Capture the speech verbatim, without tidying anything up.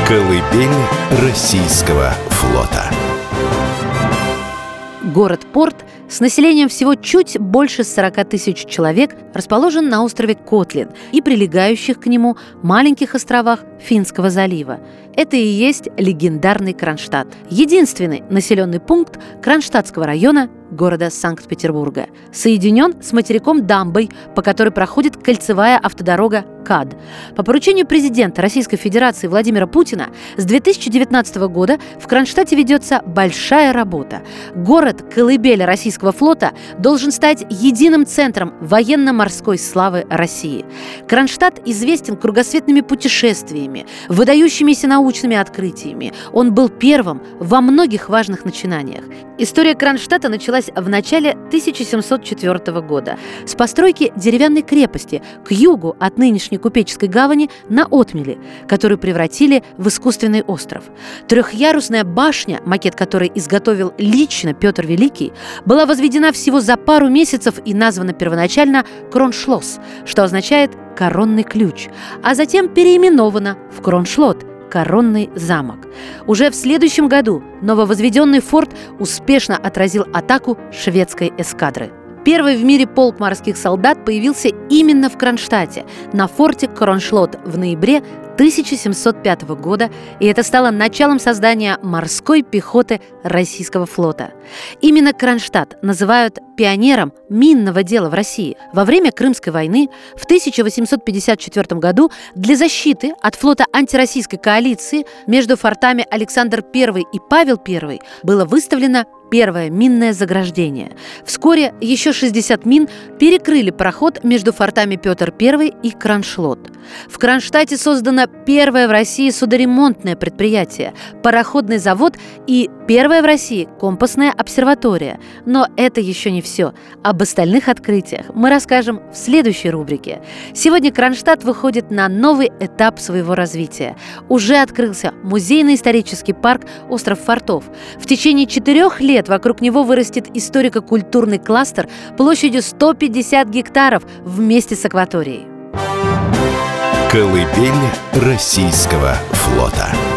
Колыбель российского флота. Город-порт с населением всего чуть больше сорока тысяч человек расположен на острове Котлин и прилегающих к нему маленьких островах Финского залива. Это и есть легендарный Кронштадт, единственный населенный пункт Кронштадтского района города Санкт-Петербурга. Соединен с материком дамбой, по которой проходит кольцевая автодорога КАД. По поручению президента Российской Федерации Владимира Путина с две тысячи девятнадцатого года в Кронштадте ведется большая работа. Город, колыбель российского флота, должен стать единым центром военно-морской славы России. Кронштадт известен кругосветными путешествиями, выдающимися научными открытиями. Он был первым во многих важных начинаниях. История Кронштадта началась в начале тысяча семьсот четвёртого года с постройки деревянной крепости к югу от нынешней купеческой гавани на отмели, которую превратили в искусственный остров. Трехъярусная башня, макет которой изготовил лично Петр Великий, была возведена всего за пару месяцев и названа первоначально Кроншлосс, что означает «коронный ключ», а затем переименована в Кроншлот – Коронный замок. Уже в следующем году нововозведенный форт успешно отразил атаку шведской эскадры. Первый в мире полк морских солдат появился именно в Кронштадте, на форте Кроншлот в ноябре тысяча семьсот пятого года, и это стало началом создания морской пехоты российского флота. Именно Кронштадт называют пионером минного дела в России. Во время Крымской войны в тысяча восемьсот пятьдесят четвёртом году для защиты от флота антироссийской коалиции между фортами Александр Первый и Павел Первый было выставлено первое минное заграждение. Вскоре еще шестьдесят мин перекрыли проход между фортами Петр Первый и Кроншлот. В Кронштадте создано первое в России судоремонтное предприятие, пароходный завод и первая в России компасная обсерватория. Но это еще не все. Об остальных открытиях мы расскажем в следующей рубрике. Сегодня Кронштадт выходит на новый этап своего развития. Уже открылся музейно-исторический парк «Остров фортов». В течение четырех лет вокруг него вырастет историко-культурный кластер площадью сто пятьдесят гектаров вместе с акваторией. Колыбель российского флота.